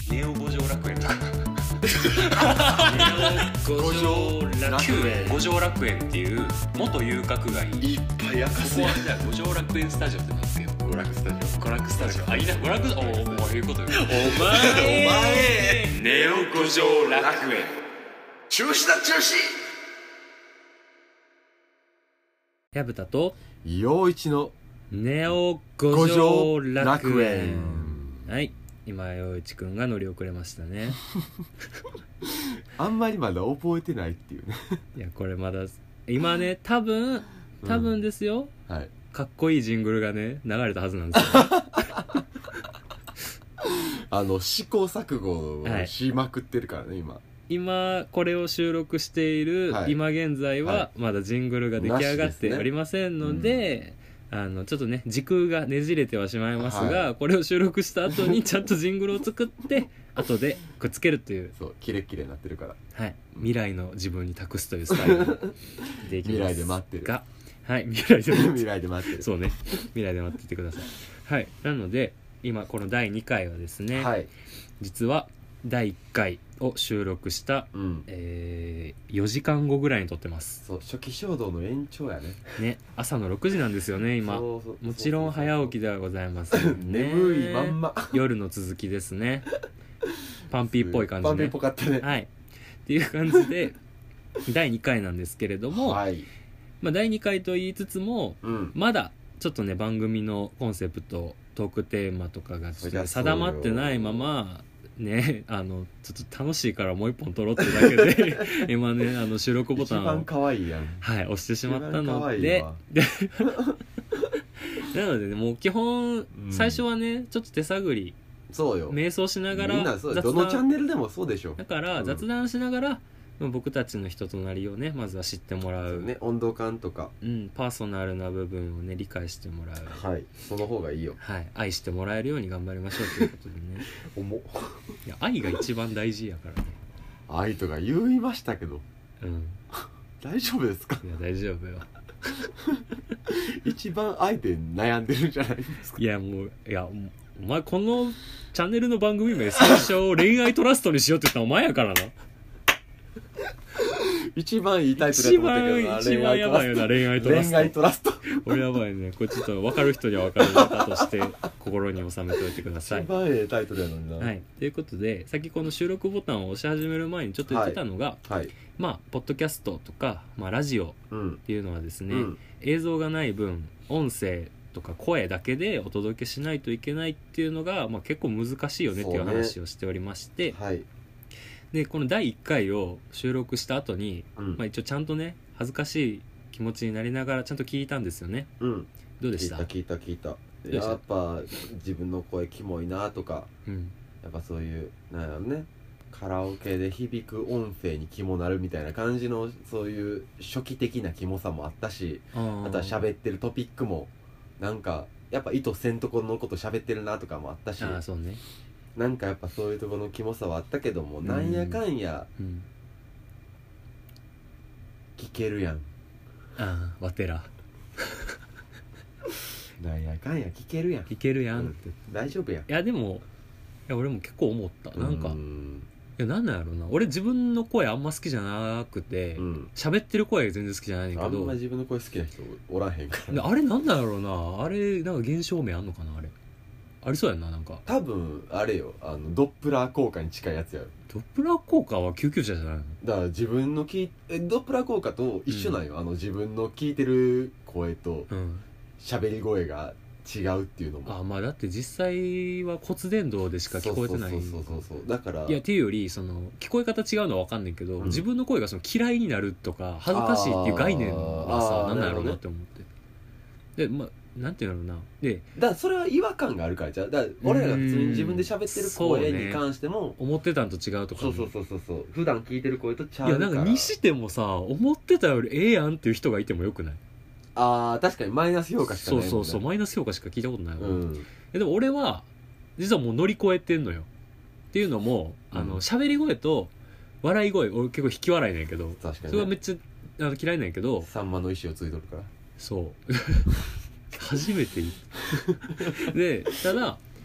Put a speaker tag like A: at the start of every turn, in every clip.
A: ネオ五条楽園とかネオ五条楽園、五条楽園っていう元遊郭街、
B: いっぱい明かす
A: ここ
B: やん。
A: はじゃあ五条楽園スタジオってなんですよ。
B: 娯楽スタジオ。
A: 娯楽スタジオ、あ、いいな、娯楽、おお、いうことよ。
B: お前
A: ネオ五条楽園。
B: 中止だ中止。
A: 矢蓋と
B: 陽一の
A: ネオ五
B: 五
A: 条
B: 条
A: 楽
B: 楽
A: 園。
B: 園。
A: はい、今陽一くんが乗り遅れましたね。
B: あんまりまだ覚えてないっていうね。
A: いや、これまだ今ね、多分ですよ、
B: はい。
A: かっこいいジングルがね流れたはずなんですよ。
B: 試行錯誤をしまくってるからね、
A: 今これを収録している、
B: はい
A: 今現在
B: は
A: はまだジングルが出来上がっておりませんので、ちょっとね時空がねじれてはしまいますが、
B: は
A: これを収録した後にちゃんとジングルを作って後でくっつけるという、
B: そうキレッキレになってるから。
A: はい、未来の自分に託すというスタイルでいきますが、
B: 未来で待ってる。
A: はい、未来で待って
B: 未来で待ってる。
A: そうね、未来で待っててください。はい、なので今この第2回はですね、
B: はい。
A: 実は第1回を収録した、
B: うん。
A: 4時間後ぐらいに撮ってます
B: そう、初期衝動の延長やね。
A: ね。朝の6時なんですよね今。
B: そうそう
A: もちろん早起きではございませんね。
B: 眠いまんま。
A: 夜の続きですね。パンピーっぽい感じね。
B: パンピーっぽかったね。
A: はい、っていう感じで第2回なんですけれども、
B: はい。
A: 第2回と言いつつも
B: うん。
A: まだちょっとね番組のコンセプト、トークテーマとかがちょっと定まってないままね、ちょっと楽しいからもう一本撮ろうってだけで今ね収録ボタンを
B: 一番可愛いやん。
A: はい押してしまった
B: 一番可愛い
A: ので
B: わ
A: なのでね、もう基本最初はねちょっと手探り
B: そうよ。
A: 瞑想しなが
B: みんな
A: ら
B: そうどのチャンネルでもそうでしょ。
A: だから雑談しながら、僕たちの人となりをねまずは知ってもらう、
B: ね、温度感とか。
A: パーソナルな部分をね理解してもらう、
B: はい。その方がいいよ。
A: はい、愛してもらえるように頑張りましょうということでね
B: 重っ。
A: いや愛が一番大事やからね。
B: 愛とか言いましたけど
A: うん
B: 大丈夫ですか？
A: いや大丈夫よ。
B: 一番愛で悩んでるんじゃないですか？
A: いやもういやお前このチャンネルの番組名最初恋愛トラストにしようって言ったのお前やからな。
B: 一番いいタイトルやと思ったけどな。
A: 一番やばいよな恋愛トラスト。
B: 恋愛トラスト。
A: 俺やばいね。これちょっと分かる人には分かる方として心に収めておいてください。
B: 一番ええタイトルやのにな。
A: はい、ということでさっきこの収録ボタンを押し始める前にちょっと言ってたのが、
B: はい。
A: ポッドキャストとか、ラジオっ
B: うん。
A: ていうのはですね、
B: うん。
A: 映像がない分音声とか声だけでお届けしないといけないっていうのが、結構難しいよねっていう話をしておりまして、
B: はい。
A: でこの第1回を収録した後に、
B: うん。
A: 一応ちゃんとね恥ずかしい気持ちになりながらちゃんと聞いたんですよね。
B: うん。
A: どうでした？
B: 聞いた聞いた。
A: うでした
B: やっぱ自分の声キモいなとか、
A: うん
B: やっぱそういうなんやろね、カラオケで響く音声にキモなるみたいな感じのそういう初期的なキモさもあったし、あとは喋ってるトピックもなんかやっぱ意図せんとこのこと喋ってるなとかもあったし、
A: そうね、
B: なんかやっぱそういうところのキモさはあったけども、なんやかんや
A: うん、
B: 聞けるやん。
A: わてら
B: なんやかんや聞けるやん。
A: いけるやんって、い
B: 大丈夫やん。
A: やでも俺も結構思った。なんか
B: うん
A: いやなんなんやろうな、俺自分の声あんま好きじゃなくて喋、ってる声全然好きじゃないねん
B: あん
A: けど、
B: ま自分の声好きな人おらへんから
A: であれなんなんやろうな、あれなんか現象名あんのかな、あれありそうやんな。なんか
B: 多分あれよ、ドップラー効果に近いやつやろ。
A: ドップラー効果は救急車じゃないの？
B: だから自分のドップラー効果と一緒なんよ、自分の聞いてる声と
A: うん
B: 喋り声が違うっていうのも。
A: だって実際は骨伝導でしか聞こえてない。
B: そうだから
A: いやっていうよりその聞こえ方違うのは分かんないけど、
B: うん
A: 自分の声がその嫌いになるとか恥ずかしいっていう概念はさ
B: あー
A: なんなんやろうな
B: なるほどね
A: って思って、でなんていうんだろうな、で
B: だからそれは違和感があるからじゃう。だから俺らが普通に自分で喋ってる声に関しても、
A: 思ってたんと違うとかも、
B: そう普段聞いてる声とちゃうから。
A: いやなんかにしてもさ思ってたよりええやんっていう人がいてもよくない？
B: 確かにマイナス評価しかないもんね。
A: マイナス評価しか聞いたことないわ、
B: うん
A: でも俺は実はもう乗り越えてんのよ。っていうのも喋り声と笑い声、俺結構引き笑いなんやけど、
B: 確かに、ね、
A: それはめっちゃ嫌いなんやけど、
B: さんまの意思をついとるから。
A: そう初めて言うでただ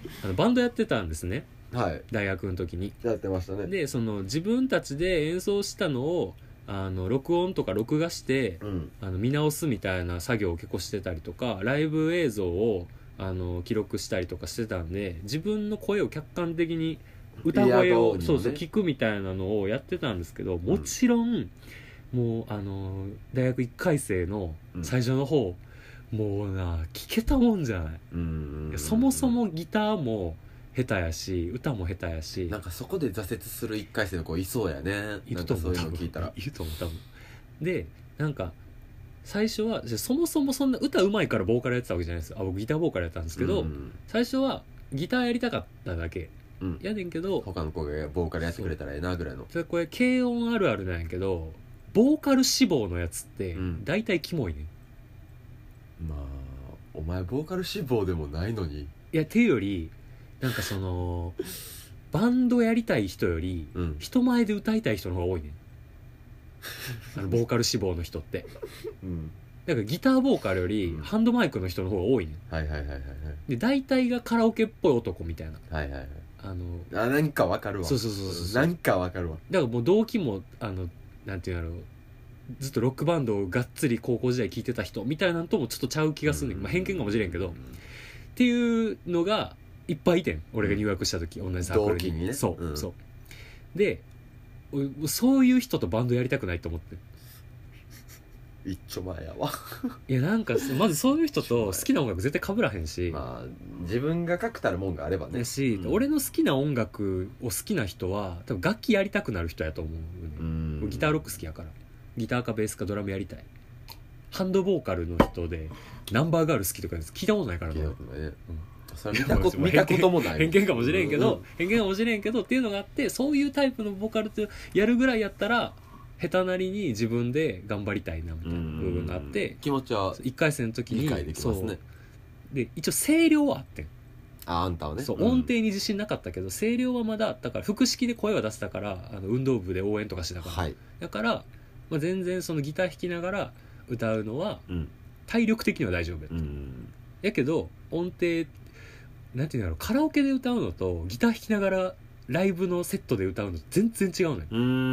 A: バンドやってたんですね、
B: はい
A: 大学の時に。
B: やってましたね。
A: でその自分たちで演奏したのを録音とか録画して
B: うん
A: 見直すみたいな作業を結構してたりとか、ライブ映像を記録したりとかしてたんで、自分の声を客観的に歌声を、
B: イヤードにもね
A: そうそう聞くみたいなのをやってたんですけど、もちろんもう大学1回生の最初の方、もうな聞けたもんじゃない、
B: うん
A: いやそもそもギターも下手やし歌も下手やし、
B: なんかそこで挫折する一回生の子いそうやね。
A: い
B: なんかそういう
A: ると思う多分
B: の聞いたら
A: いると思う多分。でなんか最初はそもそもそんな歌うまいからボーカルやってたわけじゃないですよ。僕ギターボーカルやったんですけど、
B: うん
A: 最初はギターやりたかっただけ
B: うん
A: やねんけど、
B: 他の子がボーカルやってくれたらええなぐらいの。
A: それこれ軽音あるあるなんやけど、ボーカル志望のやつって
B: うん
A: 大体キモいねん。
B: まあお前ボーカル志望でもないのに。
A: いやっていうよりなんかそのバンドやりたい人より
B: うん
A: 人前で歌いたい人の方が多いねんボーカル志望の人って。
B: うん
A: だからギターボーカルよりハンドマイクの人の方が多いねん。
B: はいはいはいはい
A: で大体がカラオケっぽい男みたいな
B: はいはいはいなんかわかるわ。
A: そうそうそうそう
B: なんかわかるわ。
A: だからもう動機もなんていうんだろう、ずっとロックバンドをがっつり高校時代聴いてた人みたいなのともちょっとちゃう気がするねん、まあ、偏見かもしれんけど、っていうのがいっぱいいてん、俺が入学した時、同じサークルに。
B: 同期にね
A: そう、
B: うん
A: そうで俺そういう人とバンドやりたくないと思って。
B: 一丁前やわ。
A: いやなんかまずそういう人と好きな音楽絶対被らへんし、
B: まあ自分が確たるもんがあればね。
A: だし、
B: うん
A: 俺の好きな音楽を好きな人は多分楽器やりたくなる人やと思うね、
B: うん
A: ギターロック好きやから、ギターかベースかドラムやりたい。ハンドボーカルの人でナンバーガール好きとか聞いたことないからな。
B: 聞いたことないね。
A: うん
B: それ見たこともない。
A: 偏見かもしれんけど、
B: うん
A: 偏見かもしれんけどっていうのがあって、そういうタイプのボーカルってやるぐらいやったら下手なりに自分で頑張りたいなみたいな部分があって、
B: 気持ちは
A: 1回戦の時に
B: 理解できますね。
A: そうで一応声量はあってん、
B: あんたはね。
A: そう音程に自信なかったけど声量はまだあったから、腹式で声は出せたから、運動部で応援とかしてたから、
B: はい。
A: だから、まあ、全然そのギター弾きながら歌うのは
B: うん
A: 体力的には大丈夫やった、
B: うん
A: やけど音程なんていうんだろう、カラオケで歌うのとギター弾きながらライブのセットで歌うの全然違うのよ。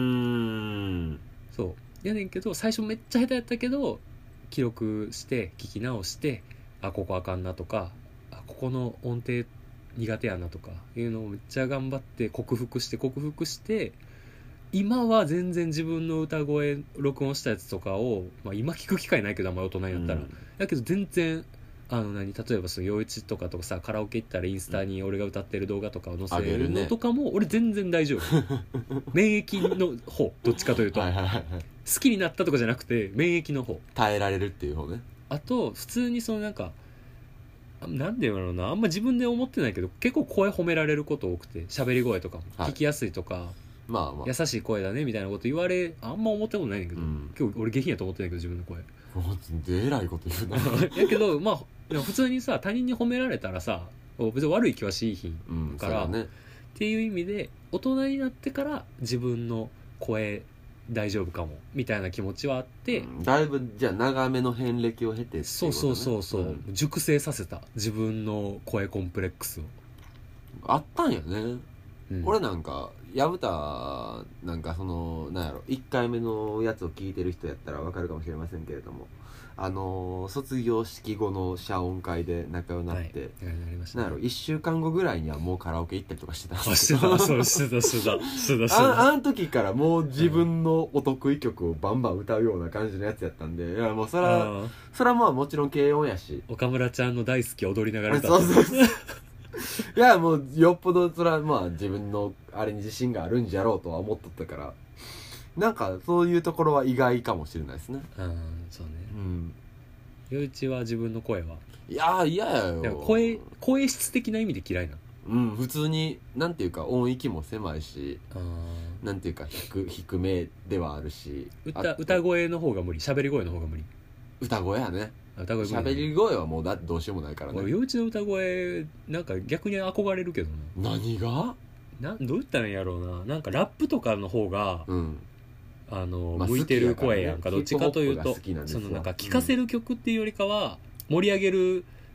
A: そうやねんけど、最初めっちゃ下手やったけど記録して聞き直して、あここあかんなとか、あここの音程苦手やなとかいうのをめっちゃ頑張って克服して、今は全然自分の歌声録音したやつとかを、まあ、今聞く機会ないけどあんまり大人になったら、だけど全然例えばその陽一とかさ、カラオケ行ったらインスタに俺が歌ってる動画とかを載せるのとかも俺全然大丈夫免疫の方、どっちかというと、
B: はいはいはいはい。
A: 好きになったとかじゃなくて免疫の方。
B: 耐えられるっていう方ね。
A: あと普通にそのなんかなんで言うのな、あんま自分で思ってないけど結構声褒められること多くて、喋り声とかも
B: はい
A: 聞きやすいとか、
B: まあまあ
A: 優しい声だねみたいなこと言われ、あんま思ったことないんだけど、
B: うん
A: 今日俺下品やと思ってないけど自分の声
B: えらいこと言うな。
A: やけどまあ普通にさ他人に褒められたらさ別に悪い気はしいひん
B: うん
A: から
B: そうだね。
A: っていう意味で、大人になってから自分の声大丈夫かもみたいな気持ちはあって、
B: うんだいぶじゃあ長めの遍歴を経てってい
A: そうそうそうそう、
B: ん
A: 熟成させた自分の声コンプレックスを、
B: あったんやね。
A: うん
B: 俺なんか薮田なんかそのなんやろ1回目のやつを聞いてる人やったらわかるかもしれませんけれども、卒業式後の謝恩会で仲良くなって、
A: はいなりましたね。
B: なんやろ1週間後ぐらいにはもうカラオケ行ったりとかしてたん
A: あ
B: ですよ
A: してたそうしてた
B: あの時からもう自分のお得意曲をバンバン歌うような感じのやつやったんで、いやもうそらまあもちろん軽音やし、
A: 岡村ちゃんの大好き踊りながら歌
B: そう
A: って
B: そうそういやもうよっぽどそれはまあ自分のあれに自信があるんじゃろうとは思っとったから、なんかそういうところは意外かもしれないですね。
A: そうね。
B: うん
A: 陽一は自分の声は、
B: いやー嫌や
A: なんか
B: よ。
A: 声質的な意味で嫌いな。
B: 普通になんていうか音域も狭いし、なんていうか低めではあるし、
A: 歌声の方が無理、喋り声の方が無理。
B: 歌声やね。
A: 歌声無理
B: 喋り声はもうだってどうしようもないからね。
A: 俺陽一の歌声なんか逆に憧れるけど
B: 何が
A: どう言ったらいいんやろうな、なんかラップとかの方が、
B: まあ
A: 向いてる声やんか、
B: 好きやからね
A: どっちかというと
B: ヒップホップが好きなんですよ
A: そのなんか聴かせる曲っていうよりかは盛り上げる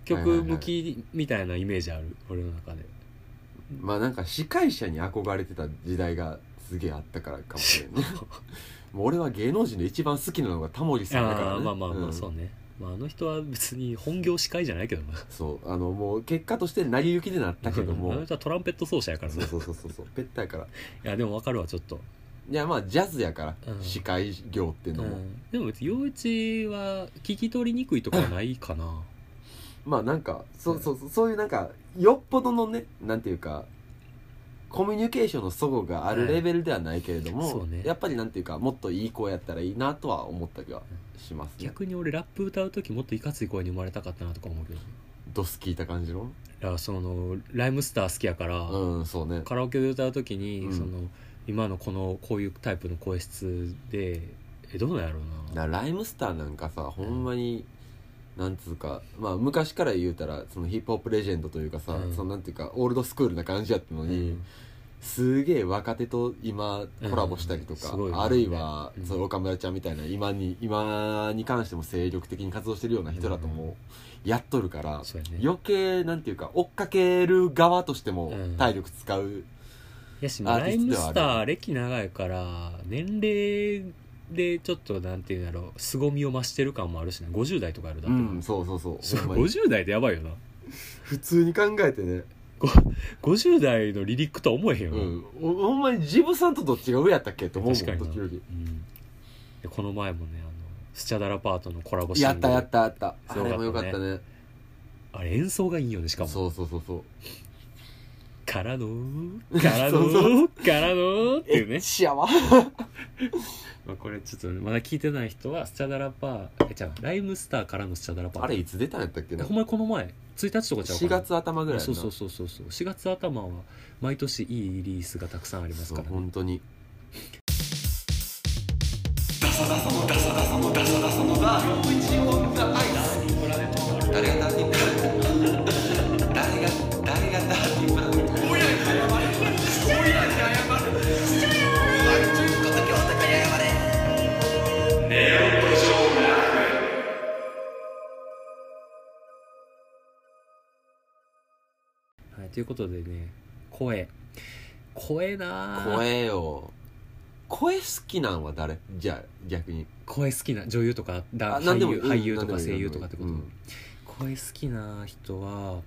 A: 曲向きみたいなイメージある、俺の中で。
B: まあなんか司会者に憧れてた時代がすげえあったからかもしれんねもう俺は芸能人で一番好きなのがタモリさんだからね。
A: まあまあまあ、そうね、まあ、あの人は別に本業司会じゃないけどな。
B: そうもう結果として成り行きでなったけども
A: あの人はトランペット奏者やからな。
B: そうペッタやから。い
A: やでも分かるわちょっと。
B: いやまあジャズやから、司会業っていうのも、
A: でも別に陽一は聞き取りにくいとかはないかな
B: まあなんかそういうなんかよっぽどのねなんていうかコミュニケーションの齟齬があるレベルではないけれども、
A: そうね、
B: やっぱりなんていうかもっといい声やったらいいなとは思った気がしますね。
A: 逆に俺ラップ歌う時もっといかつい声に生まれたかったなとか思うけど、
B: ドス聞いた感じの。
A: いやそのライムスター好きやから、
B: そうね、
A: カラオケで歌う時に、その今のこういうタイプの声質でどうなんやろうな。
B: ライムスターなんかさほんまに、なんつうかまあ昔から言うたらそのヒップホップレジェンドというかさ、そのなんていうかオールドスクールな感じやったのに、すげえ若手と今コラボしたりとか、あるいは、そう岡村ちゃんみたいな今に関しても精力的に活動してるような人だともやっとるから、余計なんていうか追っかける側としても体力使う、
A: やしライムスター歴長いから年齢でちょっとなんていうんだろう凄みを増してる感もあるしね。50代とかあるだって、
B: そう
A: 50代でやばいよな
B: 普通に考えてね。
A: 50代のリリックとは思えへんよ、
B: ほんまにジブさんとどっちが上やったっけと思うもん。
A: 確かに
B: 時々、
A: でこの前もねスチャダラパートのコラボシーン
B: やったあれもよかったね。
A: あれ演奏がいいよね。しかも
B: そう
A: からのっていうね
B: 幸
A: まあこれちょっとまだ聞いてない人はスチャダラパーライムスターからのスチャダラパー
B: あれいつ出たんやったっけな。
A: ほんまにこの前1日とかちゃうかな。
B: 4月頭ぐらいな。
A: そう4月頭は毎年いいリリースがたくさんありますからね。
B: 本当に
A: はい、ということでね、声なぁ。
B: 声よ。声好きなんは誰？じゃあ逆に
A: 声好きな女優とか俳優とか声優とかってこと、声好きな人は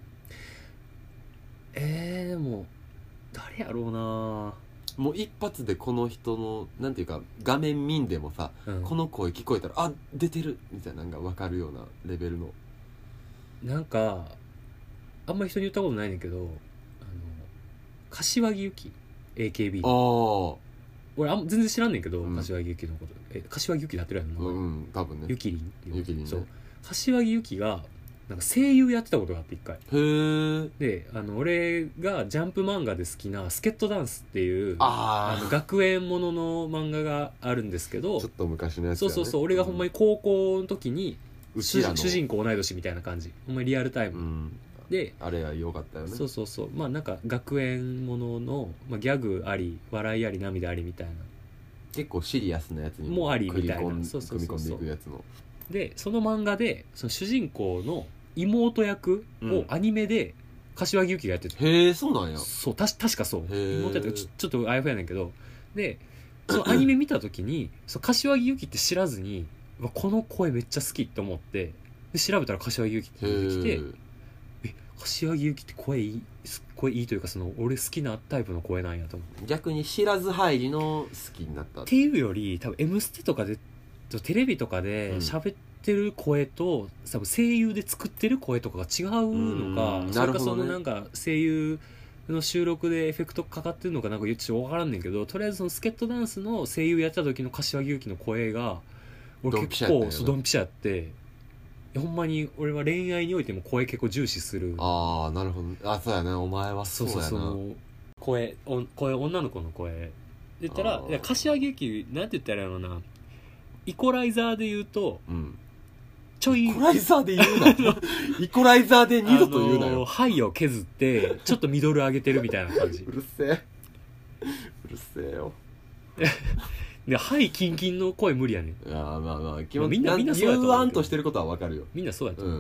A: でも誰やろうな。
B: もう一発でこの人のなんていうか画面見んでもさ、この声聞こえたらあ出てるみたいなのが分かるようなレベルの。
A: なんかあんまり人に言ったことないねんけど柏木由紀 AKB。 俺全然知らんねんけど、柏木由紀のこと柏木由紀だってるやんな、
B: 多分ね。
A: ゆきりん
B: ね。
A: そう、柏木由紀がなんか声優やってたことがあって一回。で俺がジャンプ漫画で好きなスケットダンスっていう学園ものの漫画があるんですけど、
B: ちょっと昔のやつやね。
A: そう俺がほんまに高校の時に主人公同い年みたいな感じ、ほんまにリアルタイム、で
B: あれは良かったよね。
A: そうまあなんか学園ものの、まあ、ギャグあり笑いあり涙ありみたいな、
B: 結構シリアスなやつに
A: もありみたいな、
B: 組み込んでいくやつの。
A: でその漫画でその主人公の妹役をアニメで柏木由紀がやってて、
B: へえそうなんや。
A: そう確かそう、妹役ちょっとあやふやねんけど、でそのアニメ見た時にそう柏木由紀って知らずにこの声めっちゃ好きって思ってで調べたら柏木由紀って出てきて、柏木由紀って声いいというかその俺好きなタイプの声なんやと思って、
B: 逆に知らず入りの好きになった
A: っていうより多分「M ステ」とかでテレビとかで喋ってる声と、多分声優で作ってる声とかが違うのか、それかそのなんか声優の収録でエフェクトかかってるのかなんかちょっと分からんねんけど、とりあえずそのスケットダンスの声優やった時の柏木由紀の声が俺結構ドンピシャやって、ほんまに俺は恋愛においても声結構重視する。
B: なるほど。そうやね、お前はそうやな。そう
A: 声女の子の声って言ったら、柏木由紀なんて言ったらやろうな、イコライザーで言うと、ちょい
B: イコライザーで言うなイコライザーで二度と言うなよ。
A: 肺を削ってちょっとミドル上げてるみたいな感じ
B: うるせえよ
A: で肺キンキンの声無理やねん。
B: まあ
A: みんなそうやと思う。
B: 言わんとしてることはわかるよ。
A: みんなそうやと思うけど、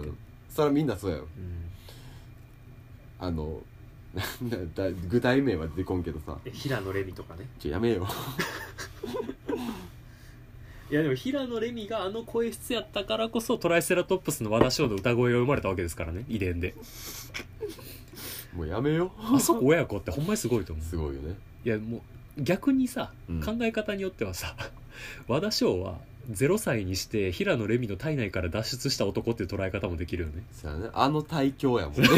B: それはみんなそうやろ。具体名は出てこんけどさ。
A: 平野レミとかね。
B: やめよ
A: いやでも平野レミがあの声質やったからこそトライセラトップスの和田翔の歌声が生まれたわけですからね、遺伝で。
B: もうやめよ
A: あそこ親子ってほんまにすごいと思う。
B: すごいよね。
A: いやもう逆にさ、
B: うん
A: 考え方によってはさ和田翔は0歳にして平野レミの体内から脱出した男っていう捉え方もできるよね。
B: そうやね、あの対境やもんね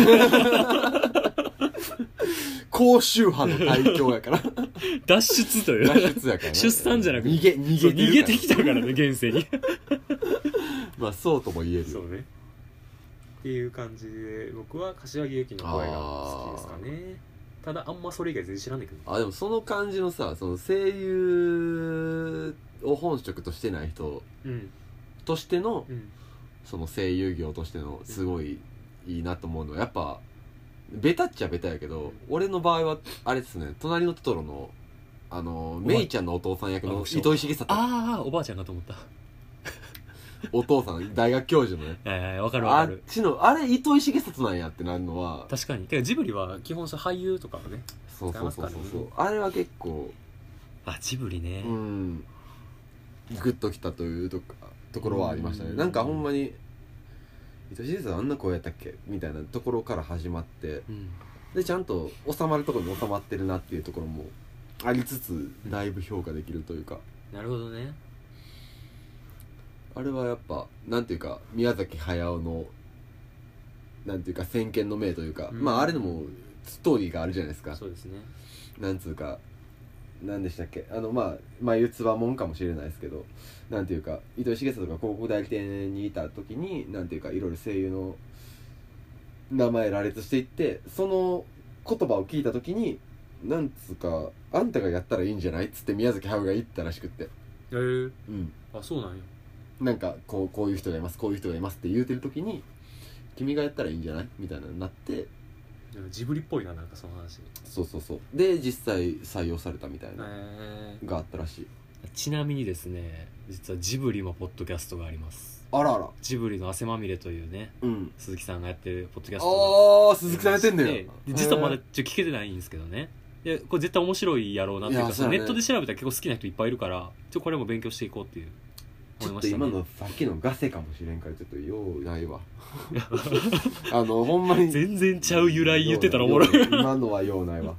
B: 高周波の対境やから
A: 脱出という
B: 脱出やから、ね、
A: 出産じゃなくて
B: 逃げ
A: てきたからね現世に
B: まあそうとも言えるよ。
A: そうねっていう感じで僕は柏木由紀の声が好きですかね。ただあんまそれ以外全然知らないけど。
B: でもその感じのさ、その声優を本職としてない人としての、その声優業としてのすごいいいなと思うのはやっぱベタっちゃベタやけど、俺の場合はあれですね、隣のトトロのメイちゃんのお父さん役の糸井重里。
A: ああおばあちゃんかと思った。
B: お父さん大学教授のね、
A: わかるわかる。
B: あっちのあれ糸井重里なんやってなるのは
A: 確かに。てかジブリは基本そう俳優とかはね。
B: そうあれは結構
A: ジブリね、
B: グッときたというところはありましたね。なんかほんまに糸井重里あんな声やったっけみたいなところから始まって、でちゃんと収まるところに収まってるなっていうところもありつつ、だいぶ評価できるというか、
A: なるほどね。
B: あれはやっぱなんていうか宮崎駿のなんていうか先見の明というか、まああれでもストーリーがあるじゃないですか。
A: そうですね。
B: なんつうかなんでしたっけ、まあ言うつばもんかもしれないですけど、なんていうか糸井重里が広告代理店にいた時になんていうかいろいろ声優の名前羅列していって、その言葉を聞いた時になんつうかあんたがやったらいいんじゃないっつって宮崎駿が言ったらしくって、あそうなんや。なんかこういう人がいますこういう人がいますって言うてる時に君がやったらいいんじゃないみたいなのになって、
A: ジブリっぽいな、なんかその話。
B: そうで実際採用されたみたいながあったらしい。
A: ちなみにですね、実はジブリもポッドキャストがあります。
B: あらあら。
A: ジブリの汗まみれというね、鈴木さんがやってるポッドキャス
B: ト。鈴木さんやってんだよ。
A: で実はまだ聞けてないんですけどね。でこれ絶対面白いやろうなっていうか、ネットで調べたら結構好きな人いっぱいいるから、これも勉強していこうっていう。
B: ちょっと今のさっきのガセかもしれんからちょっとようないわほんまに
A: 全然ちゃう由来言ってたらおもろい。
B: 今のはようないわ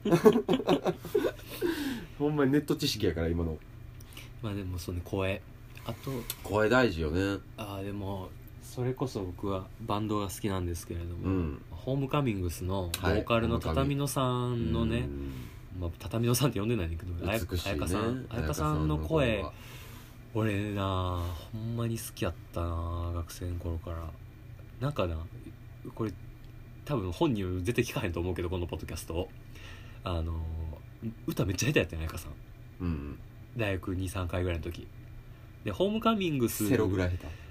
B: ほんまにネット知識やから今の。
A: まあでもそうね、声
B: 声大事よね。
A: でもそれこそ僕はバンドが好きなんですけれども、ホームカミングスのボーカルの畳野さんのね、畳野さんって呼んでないんだけど、彩香さんの声俺なほんまに好きやったな、学生の頃から。なんかな、これ多分本人絶対聞かへんと思うけど、このポッドキャスト歌めっちゃ下手やったよ、彩香さん。大学 2,3 回ぐらいの時で、ホームカミングス
B: セロぐらい下手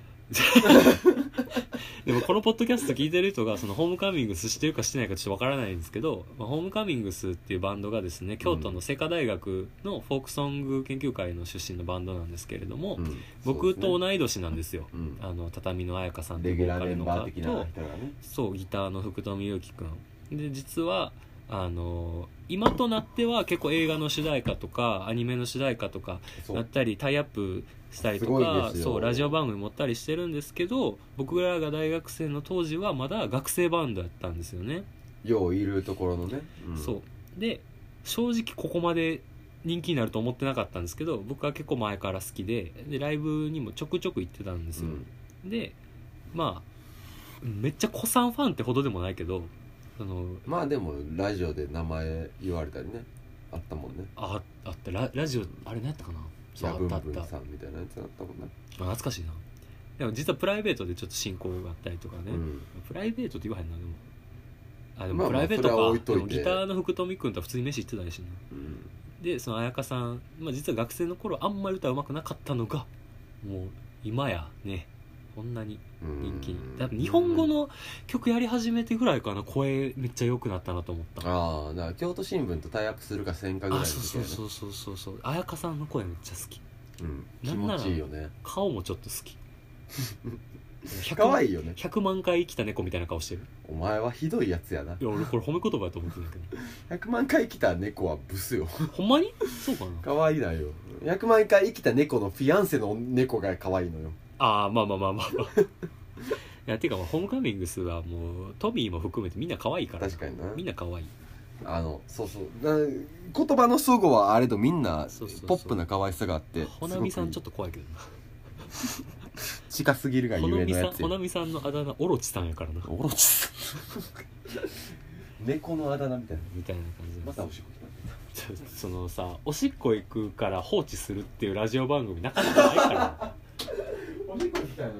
A: でもこのポッドキャスト聞いてる人がそのホームカミングスしてるかしてないかちょっとわからないんですけど、ホームカミングスっていうバンドがですね、京都の清華大学のフォークソング研究会の出身のバンドなんですけれども、僕と同い年なんですよ。畳の彩香さんというボーカルの方と、そうギターの福富祐樹くんで、実は今となっては結構映画の主題歌とかアニメの主題歌とかなったりタイアップしたりとか、そうラジオ番組持ったりしてるんですけど、僕らが大学生の当時はまだ学生バンドやったんですよね。
B: よういるところのね、
A: そうで正直ここまで人気になると思ってなかったんですけど、僕は結構前から好きでライブにもちょくちょく行ってたんですよ。でまあめっちゃ古参ファンってほどでもないけど、
B: まあでもラジオで名前言われたりね、あったもんね。
A: あったラジオあれ何やったかな、
B: ヤブンブンさんみたいなやつあったもんね。
A: 懐かしいな。でも実はプライベートでちょっと親交があったりとかね、プライベートって言わへんな。でもプライベートか、でもギターの福富君とは普通に飯行ってたりしね、でその彩香さん、実は学生の頃あんまり歌うまくなかったのがもう今やねこんなに人気に。だって日本語の曲やり始めてぐらいかな、声めっちゃ良くなったなと思った。
B: だから京都新聞とタイアップするかせんかぐらいの時、ね、
A: そう彩香さんの声めっちゃ好き。
B: 気持ちいいよね。
A: 顔もちょっと好き
B: 可愛いよね。
A: 100万回生きた猫みたいな顔してる。
B: お前はひどいやつやな。
A: いや俺これ褒め言葉やと思ってるんだけ
B: 100万回生きた猫はブスよ。
A: どほんまにそうかな。
B: 可愛いだよ。100万回生きた猫のフィアンセの猫が可愛いのよ。
A: ああまあまあまあまあいやていうかホームカミングスはもうトミーも含めてみんな可愛いから。
B: 確かにな。
A: みんな可愛い。
B: そうそう言葉の齟齬はあれどみんな
A: そうそうそう
B: ポップな可愛さがあって
A: ほなみさんちょっと怖いけどな。
B: 近すぎるがゆえのやつ
A: ほなみさんのあだ名オロチさんやからな
B: オロチさん猫のあだ名みたいな
A: みたいな感じで
B: またおしっこ来た
A: そのさおしっこ行くから放置するっていうラジオ番組なかなかないから
B: おしっこ来たのよ。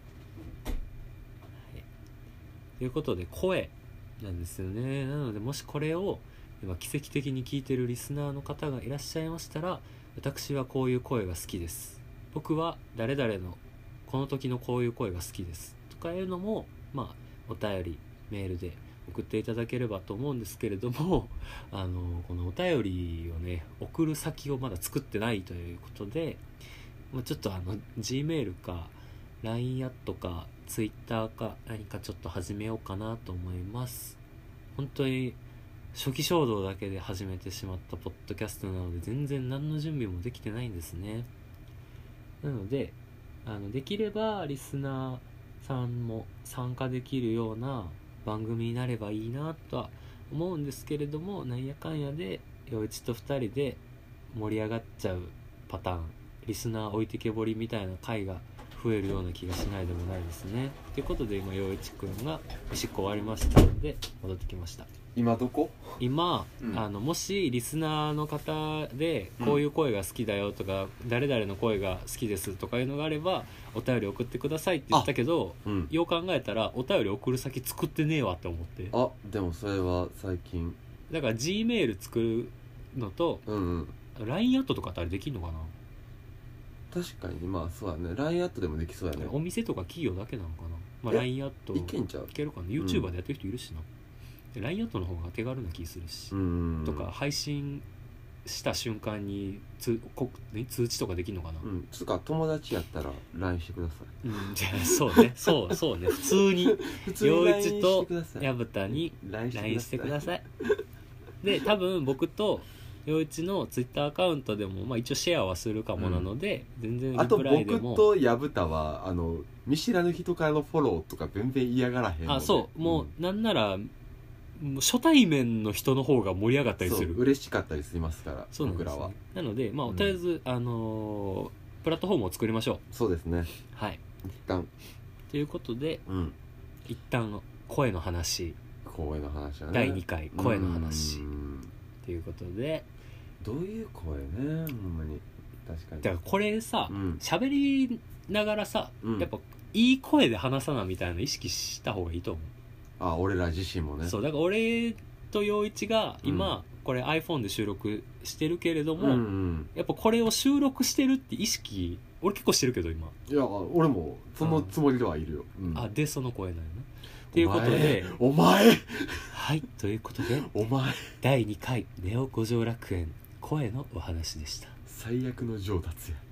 A: ということで声なんですよね。なのでもしこれを今奇跡的に聞いてるリスナーの方がいらっしゃいましたら、私はこういう声が好きです、僕は誰々のこの時のこういう声が好きですとかいうのもまあお便りメールで送っていただければと思うんですけれどもこのお便りをね送る先をまだ作ってないということで、ちょっとGmail か LINE アットか Twitter か何かちょっと始めようかなと思います。本当に初期衝動だけで始めてしまったポッドキャストなので全然何の準備もできてないんですね。なのでできればリスナーさんも参加できるような番組になればいいなとは思うんですけれども、なんやかんやで陽一と2人で盛り上がっちゃうパターン、リスナー置いてけぼりみたいな回が増えるような気がしないでもないですね。ということで今陽一くんがおしっこ終わりましたので戻ってきました。
B: 今どこ？
A: 今、
B: うん
A: もしリスナーの方でこういう声が好きだよとか、誰々の声が好きですとかいうのがあればお便り送ってくださいって言ったけど、よう考えたらお便り送る先作ってねえわって思って、
B: でもそれは最近
A: だから G メール作るのと、LINE アットとかってあれできるのかな。
B: 確かにまあそうだね。 LINE アットでもできそうやね。
A: お店とか企業だけなのかな。LINE アット
B: いけんちゃう？
A: いけるかな。 YouTuber でやってる人いるしな、LINE アットの方が手軽な気するし、とか配信した瞬間に通知とかできるのかな。
B: つか友達やったら LINE してください。
A: じゃあそうねそうね普通に陽一と矢蓋に
B: LINE
A: LINE してください。で多分僕と陽一の Twitter アカウントでも、一応シェアはするかもなので、全然リプライでも。
B: あと僕と矢蓋は見知らぬ人からのフォローとか全然嫌がらへんので。
A: そうもう、なんなら初対面の人の方が盛り上がったりする。
B: 嬉しかったりしますから
A: そうなんです、ね、
B: 僕らは。
A: なのでとりあえず、プラットフォームを作りましょう。
B: そうですね。
A: はい
B: 一旦
A: ということで、一旦声の話
B: はね
A: 第2回声の話ということで、
B: どういう声ね、ほんまに確かに。
A: だからこれさ喋、りながらさ、やっぱいい声で話さなみたいな意識した方がいいと思う。
B: 俺ら自身もね。
A: そうだから俺と陽一が今、これ iPhone で収録してるけれども、やっぱこれを収録してるって意識俺結構してるけど今。
B: いや俺もそのつもりではいるよ。
A: でその声なのね。ということで
B: お前
A: はいということで
B: お前
A: 第2回ネオ五条楽園声のお話でした。
B: 最悪の上達や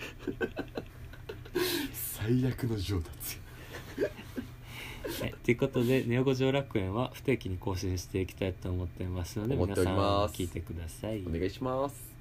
B: 最悪の上達や
A: ということでネオ五条楽園は不定期に更新していきたいと思っていますので、皆さん聞いてください。
B: お願いします。